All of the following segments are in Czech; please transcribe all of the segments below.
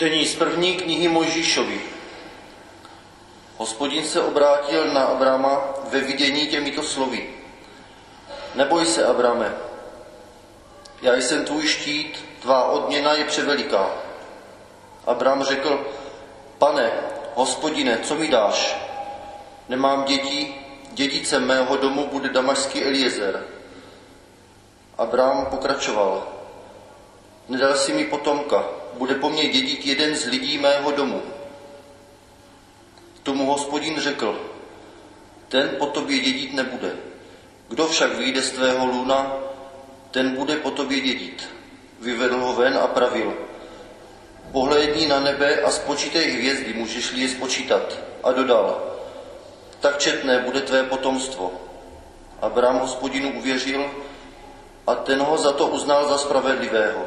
Čtení z první knihy Mojžíšovi. Hospodin se obrátil na Abrama ve vidění těmito slovy. Neboj se, Abrame, já jsem tvůj štít, tvá odměna je převeliká. Abram řekl, Pane, Hospodine, co mi dáš? Nemám děti, dědicem mého domu bude damašský Eliezer. Abram pokračoval, nedal si mi potomka, bude po mně dědit jeden z lidí mého domu. Tomu Hospodin řekl, ten po tobě dědit nebude. Kdo však vyjde z tvého lůna, ten bude po tobě dědit. Vyvedl ho ven a pravil, pohlédni na nebe a spočítej hvězdy, můžeš-li je spočítat. A dodal, tak četné bude tvé potomstvo. Abram Hospodinu uvěřil a ten ho za to uznal za spravedlivého.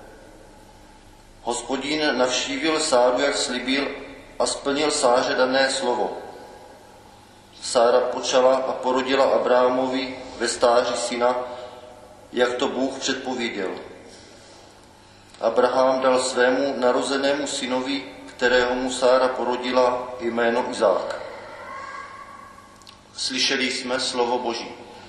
Hospodin navštívil Sáru, jak slibil, a splnil Sáře dané slovo. Sára počala a porodila Abrahamovi ve stáří syna, jak to Bůh předpověděl. Abraham dal svému narozenému synovi, kterého mu Sára porodila, jméno Izák. Slyšeli jsme slovo Boží.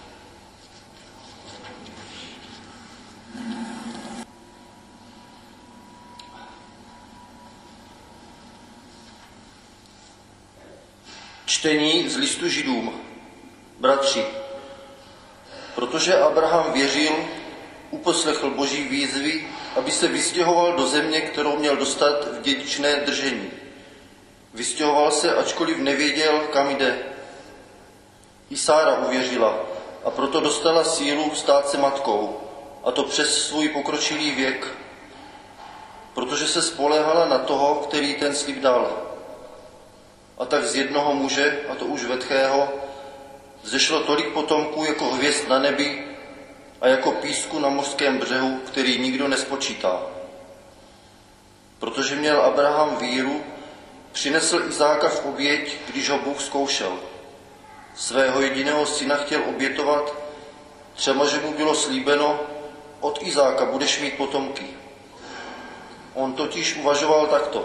Čtení z listu Židům. Bratři, protože Abraham věřil, uposlechl Boží výzvy, aby se vystěhoval do země, kterou měl dostat v dědičné držení. Vystěhoval se, ačkoliv nevěděl, kam jde. I Sára uvěřila a proto dostala sílu stát se matkou, a to přes svůj pokročilý věk, protože se spoléhala na toho, který ten slib dal. A tak z jednoho muže, a to už vetchého, vzešlo tolik potomků jako hvězd na nebi a jako písku na mořském břehu, který nikdo nespočítá. Protože měl Abraham víru, přinesl Izáka v oběť, když ho Bůh zkoušel. Svého jediného syna chtěl obětovat, třeba že mu bylo slíbeno, od Izáka budeš mít potomky. On totiž uvažoval takto.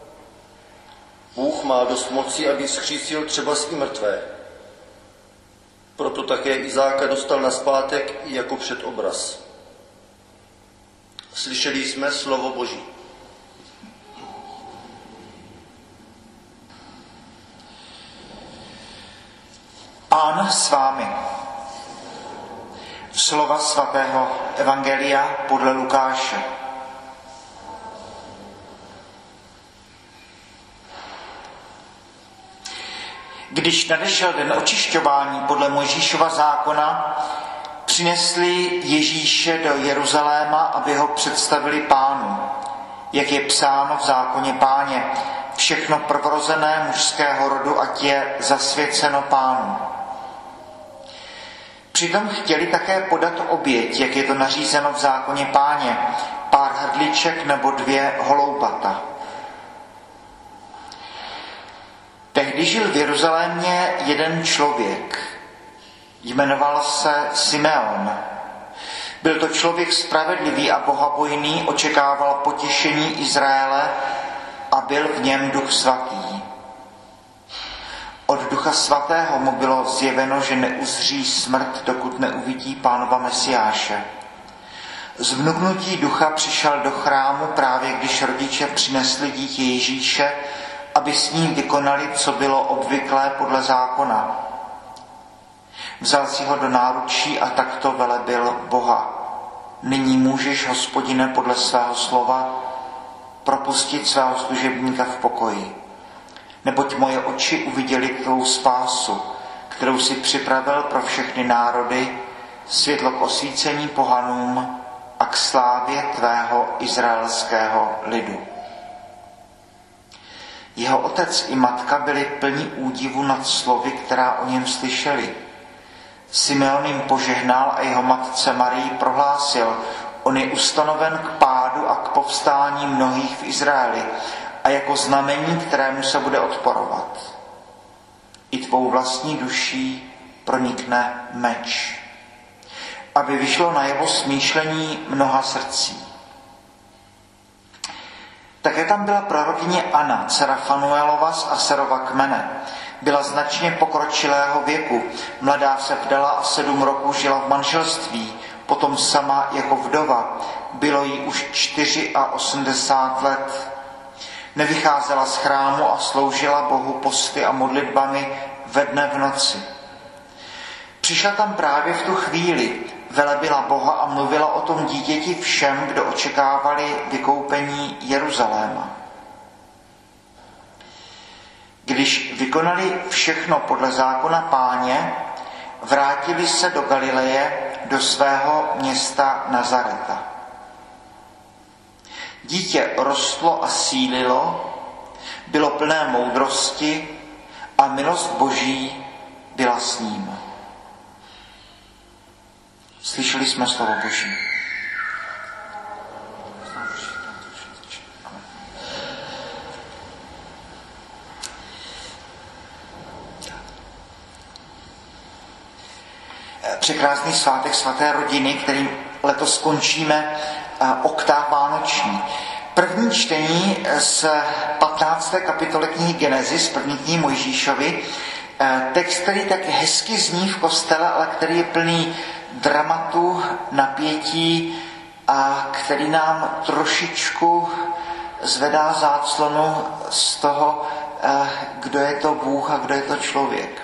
Bůh má dost moci, aby vzkřísil třeba i mrtvé. Proto také Izáka dostal nazpátek i jako předobraz. Slyšeli jsme slovo Boží. Pán s vámi. Slova svatého Evangelia podle Lukáše. Když nadešel den očišťování podle Mojžíšova zákona, přinesli Ježíše do Jeruzaléma, aby ho představili Pánu, jak je psáno v zákoně Páně, všechno prvorozené mužského rodu, ať je zasvěceno Pánu. Přitom chtěli také podat oběť, jak je to nařízeno v zákoně Páně, pár hrdliček nebo 2 holoubata. Tehdy žil v Jeruzalémě jeden člověk. Jmenoval se Simeon. Byl to člověk spravedlivý a bohabojný, očekával potěšení Izraele a byl v něm Duch svatý. Od Ducha svatého mu bylo zjeveno, že neuzří smrt, dokud neuvidí Pánova Mesiáše. Z vnuknutí ducha přišel do chrámu právě když rodiče přinesli dítě Ježíše, aby s ním vykonali, co bylo obvyklé podle zákona. Vzal si ho do náručí a takto velebil Boha. Nyní můžeš, Hospodine, podle svého slova propustit svého služebníka v pokoji. Neboť moje oči uviděly tvou spásu, kterou si připravil pro všechny národy, světlo k osvícení pohanům a k slávě tvého izraelského lidu. Jeho otec i matka byli plní údivu nad slovy, která o něm slyšeli. Simeon jim požehnal a jeho matce Marii prohlásil, on je ustanoven k pádu a k povstání mnohých v Izraeli a jako znamení, kterému se bude odporovat. I tvou vlastní duší pronikne meč, aby vyšlo najevo smýšlení mnoha srdcí. Také tam byla prorokyně Anna, dcera Fanuelova z Aserova kmene. Byla značně pokročilého věku. Mladá se vdala a 7 roků žila v manželství, potom sama jako vdova. Bylo jí už 84 let. Nevycházela z chrámu a sloužila Bohu posty a modlitbami ve dne v noci. Přišla tam právě v tu chvíli, velebila Boha a mluvila o tom dítěti všem, kdo očekávali vykoupení Jeruzaléma. Když vykonali všechno podle zákona Páně, vrátili se do Galileje, do svého města Nazareta. Dítě rostlo a sílilo, bylo plné moudrosti a milost Boží byla s ním. Slyšeli jsme slovo Boží. Překrásný svátek svaté rodiny, kterým letos skončíme oktáv vánoční. První čtení z 15. kapitoly knihy Genesis, první knihy Mojžíšovi, text, který tak hezky zní v kostele, ale který je plný dramatu, napětí a který nám trošičku zvedá záclonu z toho, kdo je to Bůh a kdo je to člověk.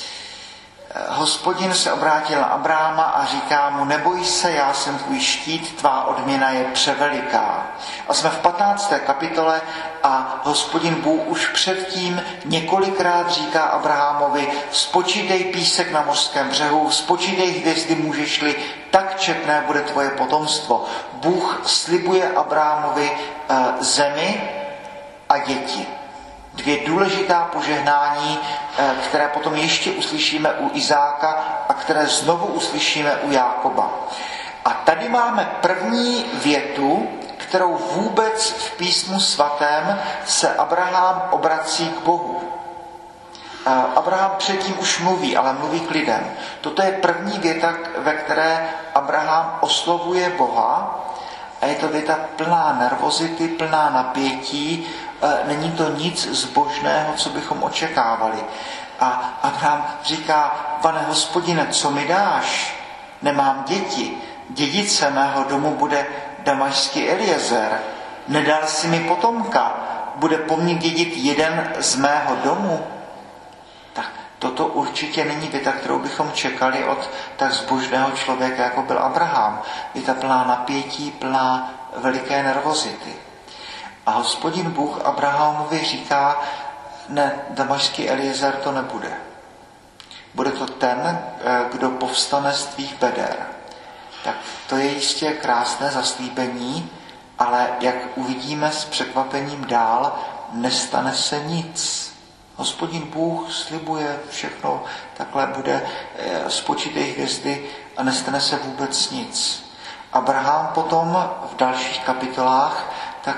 Hospodin se obrátil na Abrahama a říká mu, neboj se, já jsem tvůj štít, tvá odměna je převeliká. A jsme v 15. kapitole a Hospodin Bůh už předtím několikrát říká Abrahamovi, spočítej písek na mořském břehu, spočítej hvězdy, můžeš-li, tak četné bude tvoje potomstvo. Bůh slibuje Abrahamovi zemi a děti. 2 důležitá požehnání, které potom ještě uslyšíme u Izáka a které znovu uslyšíme u Jákoba. A tady máme první větu, kterou vůbec v písmu svatém se Abraham obrací k Bohu. Abraham předtím už mluví, ale mluví k lidem. Toto je první věta, ve které Abraham oslovuje Boha a je to věta plná nervozity, plná napětí, není to nic zbožného, co bychom očekávali. A Abraham říká, pane Hospodine, co mi dáš? Nemám děti. Dědice mého domu bude damašský Eliezer. Nedal si mi potomka. Bude po mně dědit jeden z mého domu. Tak toto určitě není věta, kterou bychom čekali od tak zbožného člověka, jako byl Abraham. Věta plná napětí, plná veliké nervozity. A Hospodin Bůh Abrahamovi říká, ne, damašský Eliezer to nebude. Bude to ten, kdo povstane z tvých beder. Tak to je jistě krásné zaslíbení, ale jak uvidíme s překvapením dál, nestane se nic. Hospodin Bůh slibuje všechno, takhle bude, spočítej hvězdy a nestane se vůbec nic. Abraham potom v dalších kapitolách, tak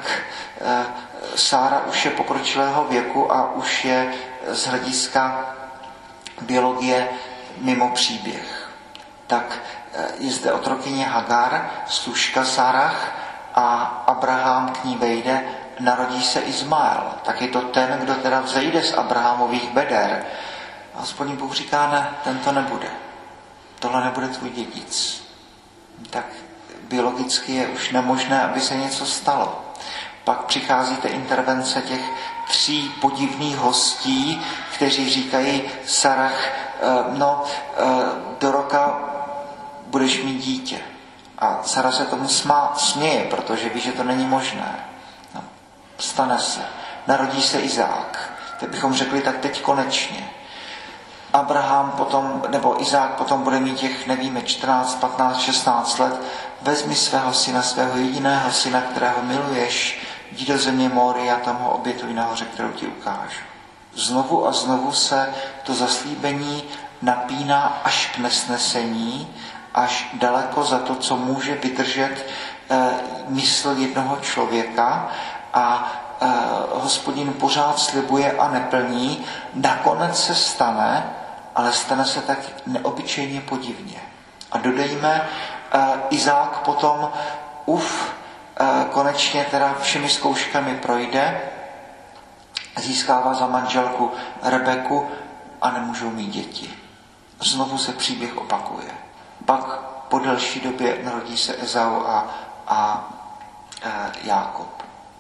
Sára už je pokročilého věku a už je z hlediska biologie mimo příběh. Tak je zde otrokyně Hagar, služka Sárach a Abraham k ní vejde, narodí se Izmael. Tak je to ten, kdo teda vzejde z Abrahamových beder. A Hospodin Bůh říká, ne, tento nebude. Tohle nebude tvůj dědic. Tak biologicky je už nemožné, aby se něco stalo. Pak přichází ta intervence těch 3 podivných hostí, kteří říkají Sarach, do roka budeš mít dítě. A Sara se tomu směje, protože ví, že to není možné. No, stane se. Narodí se Izák. Tak bychom řekli, tak teď konečně. Abraham potom, nebo Izák potom bude mít těch, nevíme, 14, 15, 16 let. Vezmi svého syna, svého jediného syna, kterého miluješ, jdi do země Moria, tam ho obětuj na hoře, kterou ti ukážu. Znovu a znovu se to zaslíbení napíná až k nesnesení, až daleko za to, co může vydržet mysl jednoho člověka a Hospodin pořád slibuje a neplní. Nakonec se stane, ale stane se tak neobyčejně podivně. A dodejme, Izák potom konečně teda všemi zkouškami projde, získává za manželku Rebeku a nemůžou mít děti. Znovu se příběh opakuje. Pak po delší době narodí se Ezau a Jákob.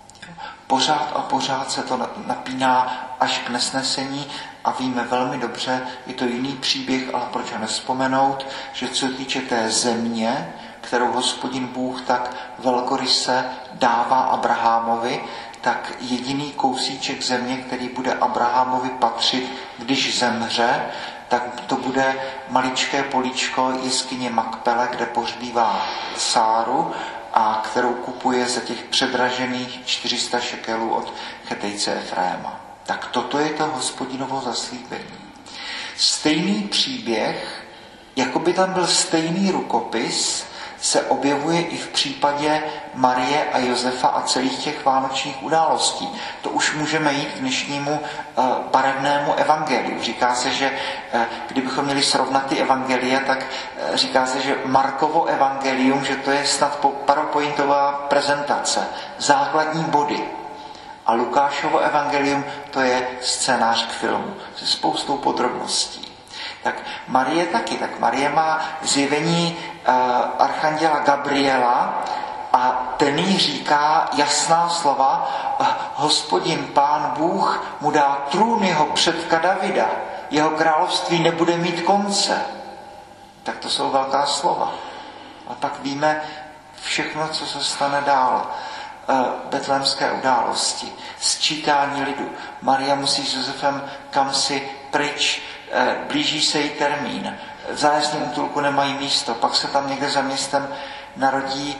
Pořád a pořád se to napíná až k nesnesení a víme velmi dobře, je to jiný příběh, ale proč ho nevzpomenout, že co týče té země, kterou Hospodin Bůh tak velkoryse dává Abrahamovi, tak jediný kousíček země, který bude Abrahamovi patřit, když zemře, tak to bude maličké políčko jeskyně Makpele, kde pohřbívá Sáru a kterou kupuje za těch předražených 400 šekelů od Chetejce Efraima. Tak toto je to Hospodinovo zaslíbení. Stejný příběh, jako by tam byl stejný rukopis, se objevuje i v případě Marie a Josefa a celých těch vánočních událostí. To už můžeme jít k dnešnímu barevnému evangeliu. Říká se, že kdybychom měli srovnat ty evangelia, tak říká se, že Markovo evangelium, že to je snad PowerPointová prezentace, základní body. A Lukášovo evangelium, to je scénář k filmu se spoustou podrobností. Tak Marie taky. Tak Marie má zjevení archanděla Gabriela a ten jí říká jasná slova: Hospodin Pán Bůh mu dá trůn jeho předka Davida. Jeho království nebude mít konce. Tak to jsou velká slova. A pak víme všechno, co se stane dál. Betlémské události, sčítání lidu. Maria musí s Josefem kamsi pryč, blíží se jí termín. V zájezdním útulku nemají místo, pak se tam někde za městem narodí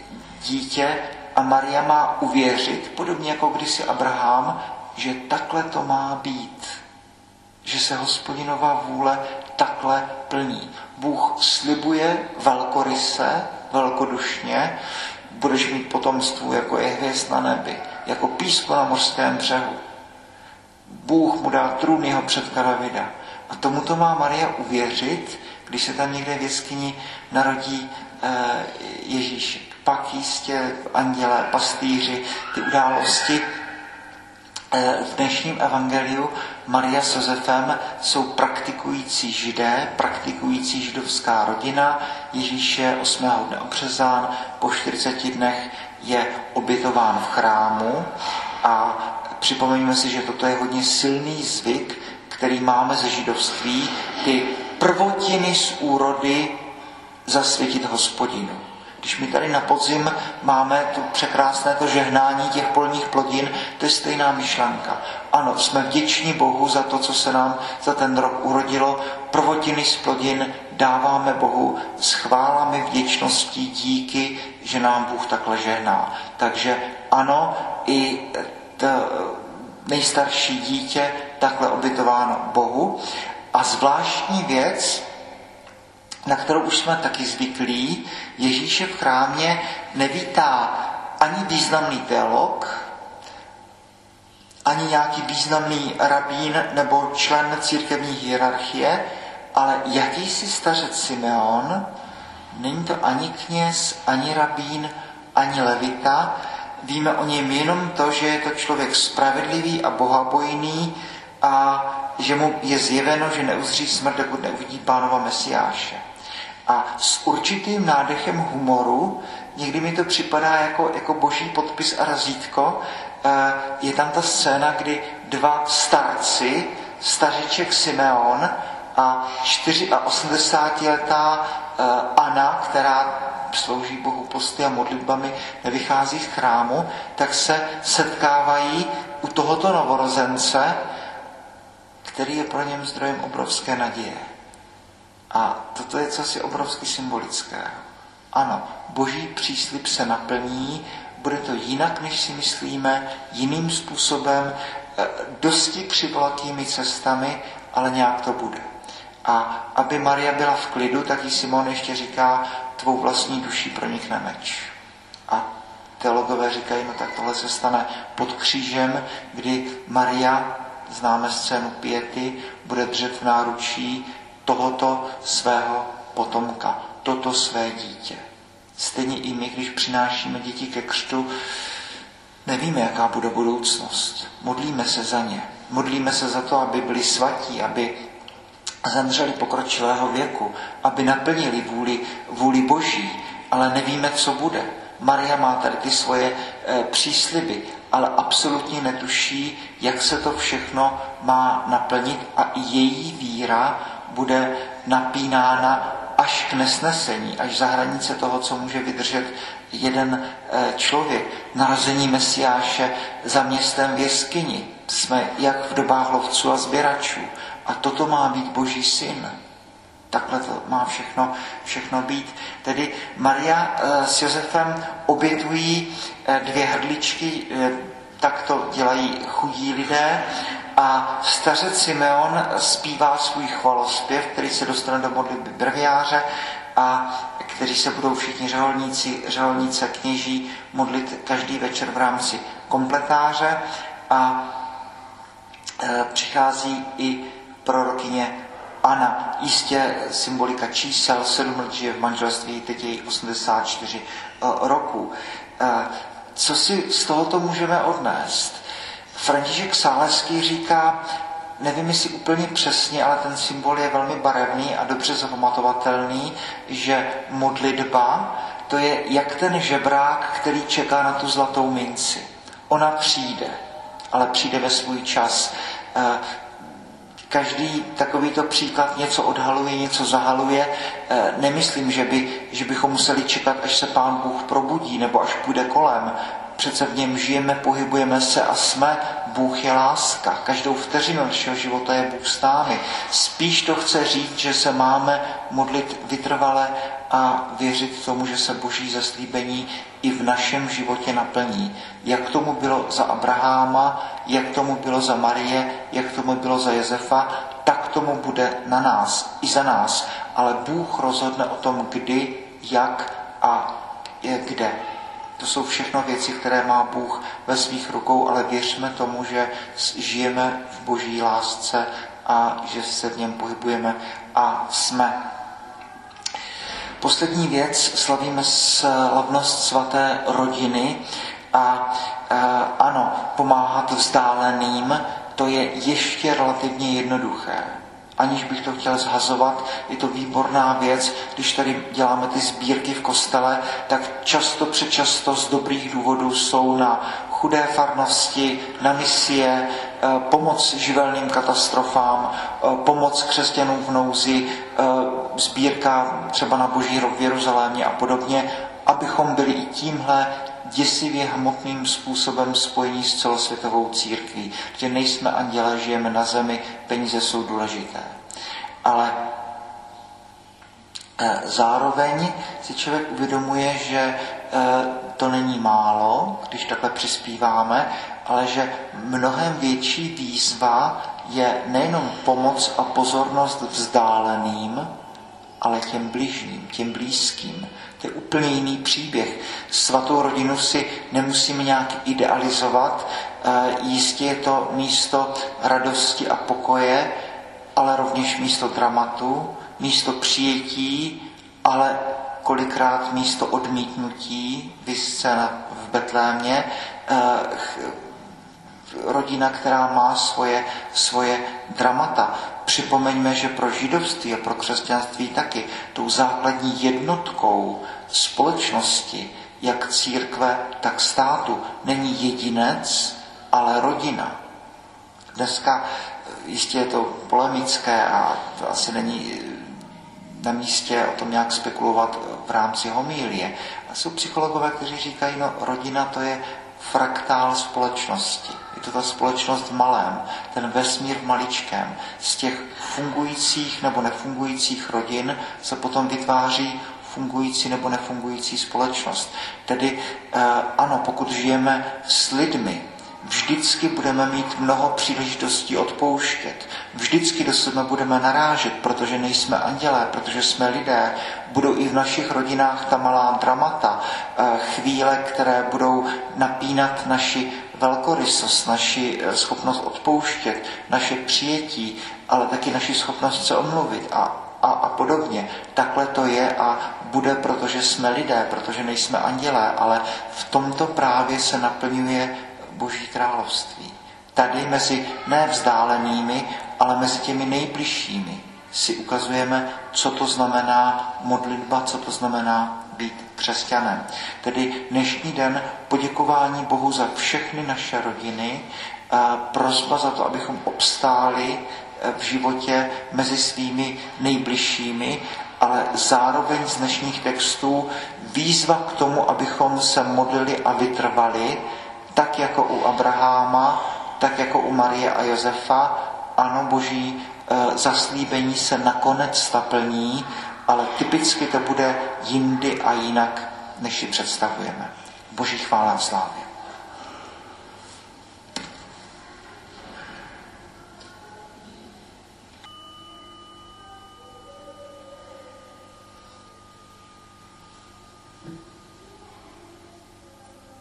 dítě a Maria má uvěřit, podobně jako kdysi Abraham, že takhle to má být. Že se Hospodinova vůle takhle plní. Bůh slibuje velkoryse, velkodušně, budeš mít potomstvu, jako je hvězd na nebi, jako písko na mořském břehu. Bůh mu dá trůn jeho předka Davida. A tomuto má Maria uvěřit, když se tam někde v jeskyni narodí Ježíšek. Pak jistě andělé, pastýři, ty události. V dnešním evangeliu Maria s Josefem jsou praktikující Židé, praktikující židovská rodina. Ježíš je 8. dne obřezán, po 40 dnech je obětován v chrámu a připomeňme si, že toto je hodně silný zvyk, který máme ze židovství, ty prvotiny z úrody zasvětit Hospodinu. Když my tady na podzim máme tu překrásné to žehnání těch polních plodin, to je stejná myšlenka. Ano, jsme vděční Bohu za to, co se nám za ten rok urodilo. Prvotiny z plodin dáváme Bohu s chválami, vděčností, díky, že nám Bůh takhle žehná. Takže ano, i to nejstarší dítě takhle obětováno Bohu. A zvláštní věc, na kterou už jsme taky zvyklí, Ježíše v chrámě nevítá ani významný teolog, ani nějaký významný rabín nebo člen církevní hierarchie, ale jakýsi stařec Simeon, není to ani kněz, ani rabín, ani levita, víme o něm jenom to, že je to člověk spravedlivý a bohabojný a že mu je zjeveno, že neuzří smrt, dokud neuvidí Pánova Mesiáše. A s určitým nádechem humoru, někdy mi to připadá jako boží podpis a razítko, je tam ta scéna, kdy dva starci, stařiček Simeon a 84letá Anna, která slouží Bohu posty a modlitbami, nevychází z chrámu, tak se setkávají u tohoto novorozence, který je pro něm zdrojem obrovské naděje. A toto je cosi obrovsky symbolického. Ano, boží příslib se naplní, bude to jinak, než si myslíme, jiným způsobem, dosti křivolatými cestami, ale nějak to bude. A aby Maria byla v klidu, tak jí Simon ještě říká, tvou vlastní duší pronikne meč. A teologové říkají, no tak tohle se stane pod křížem, kdy Maria, známe scénu Piety, bude držet v náručí tohoto svého potomka, toto své dítě. Stejně i my, když přinášíme děti ke křtu, nevíme, jaká bude budoucnost. Modlíme se za ně. Modlíme se za to, aby byli svatí, aby zemřeli pokročilého věku, aby naplnili vůli Boží, ale nevíme, co bude. Maria má tady ty svoje přísliby, ale absolutně netuší, jak se to všechno má naplnit a i její víra bude napínána až k nesnesení, až za hranice toho, co může vydržet jeden člověk. Narození Mesiáše za městem v jeskyni. Jsme jak v dobách lovců a sběračů. A toto má být Boží syn. Takhle to má všechno být. Tedy Maria s Josefem obětují 2 hrdličky, tak to dělají chudí lidé, a stařec Simeon zpívá svůj chvalospěv, který se dostane do modlitby breviáře a kteří se budou všichni řeholníci a kněží modlit každý večer v rámci kompletáře, a přichází i prorokyně Anna. Jistě symbolika čísel, 7 let žije v manželství, teď je jí 84 roků. Co si z tohoto můžeme odnést? František Sáleský říká, nevím jestli úplně přesně, ale ten symbol je velmi barevný a dobře zapamatovatelný, že modlitba to je jak ten žebrák, který čeká na tu zlatou minci. Ona přijde, ale přijde ve svůj čas. Každý takovýto příklad něco odhaluje, něco zahaluje. Nemyslím, že bychom museli čekat, až se Pán Bůh probudí nebo až půjde kolem. Přece v něm žijeme, pohybujeme se a jsme. Bůh je láska. Každou vteřinu našeho života je Bůh s námi. Spíš to chce říct, že se máme modlit vytrvale a věřit tomu, že se Boží zaslíbení i v našem životě naplní. Jak tomu bylo za Abraháma, jak tomu bylo za Marie, jak tomu bylo za Josefa, tak tomu bude na nás, i za nás. Ale Bůh rozhodne o tom, kdy, jak a kde. To jsou všechno věci, které má Bůh ve svých rukou, ale věřme tomu, že žijeme v Boží lásce a že se v něm pohybujeme a jsme. Poslední věc, slavíme slavnost svaté rodiny a ano, pomáhat vzdáleným, to je ještě relativně jednoduché. Aniž bych to chtěl zhazovat, je to výborná věc. Když tady děláme ty sbírky v kostele, tak přečasto z dobrých důvodů jsou na chudé farnosti, na misie, pomoc živelným katastrofám, pomoc křesťanům v nouzi, sbírka třeba na Boží rok v Jeruzalémě a podobně, abychom byli i tímhle děsivě hmotným způsobem spojení s celosvětovou církví. Že nejsme andělé, žijeme na zemi, peníze jsou důležité. Ale zároveň si člověk uvědomuje, že to není málo, když takhle přispíváme, ale že mnohem větší výzva je nejenom pomoc a pozornost vzdáleným, ale těm bližním, těm blízkým. To je úplně jiný příběh. Svatou rodinu si nemusíme nějak idealizovat. Jistě je to místo radosti a pokoje, ale rovněž místo dramatu, místo přijetí, ale kolikrát místo odmítnutí, scéna v Betlémě, rodina, která má svoje dramata. Připomeňme, že pro židovství a pro křesťanství taky tou základní jednotkou společnosti, jak církve, tak státu, není jedinec, ale rodina. Dneska jistě je to polemické a to asi není na místě o tom nějak spekulovat v rámci homílie. A jsou psychologové, kteří říkají, no rodina to je fraktál společnosti. Je to ta společnost v malém, ten vesmír v maličkém. Z těch fungujících nebo nefungujících rodin se potom vytváří fungující nebo nefungující společnost. Tedy ano, pokud žijeme s lidmi, vždycky budeme mít mnoho příležitostí odpouštět. Vždycky do sebe budeme narážet, protože nejsme andělé, protože jsme lidé. Budou i v našich rodinách ta malá dramata, chvíle, které budou napínat naši velkorysost, naši schopnost odpouštět, naše přijetí, ale taky naši schopnost se omluvit. A a podobně. Takhle to je a bude, protože jsme lidé, protože nejsme andělé, ale v tomto právě se naplňuje Boží království. Tady mezi nevzdálenými, ale mezi těmi nejbližšími si ukazujeme, co to znamená modlitba, co to znamená být křesťanem. Tedy dnešní den poděkování Bohu za všechny naše rodiny, prosba za to, abychom obstáli v životě mezi svými nejbližšími, ale zároveň z dnešních textů výzva k tomu, abychom se modlili a vytrvali, tak jako u Abraháma, tak jako u Marie a Josefa. Ano, Boží zaslíbení se nakonec naplní, ale typicky to bude jindy a jinak, než si představujeme. Boží chvála a slávy.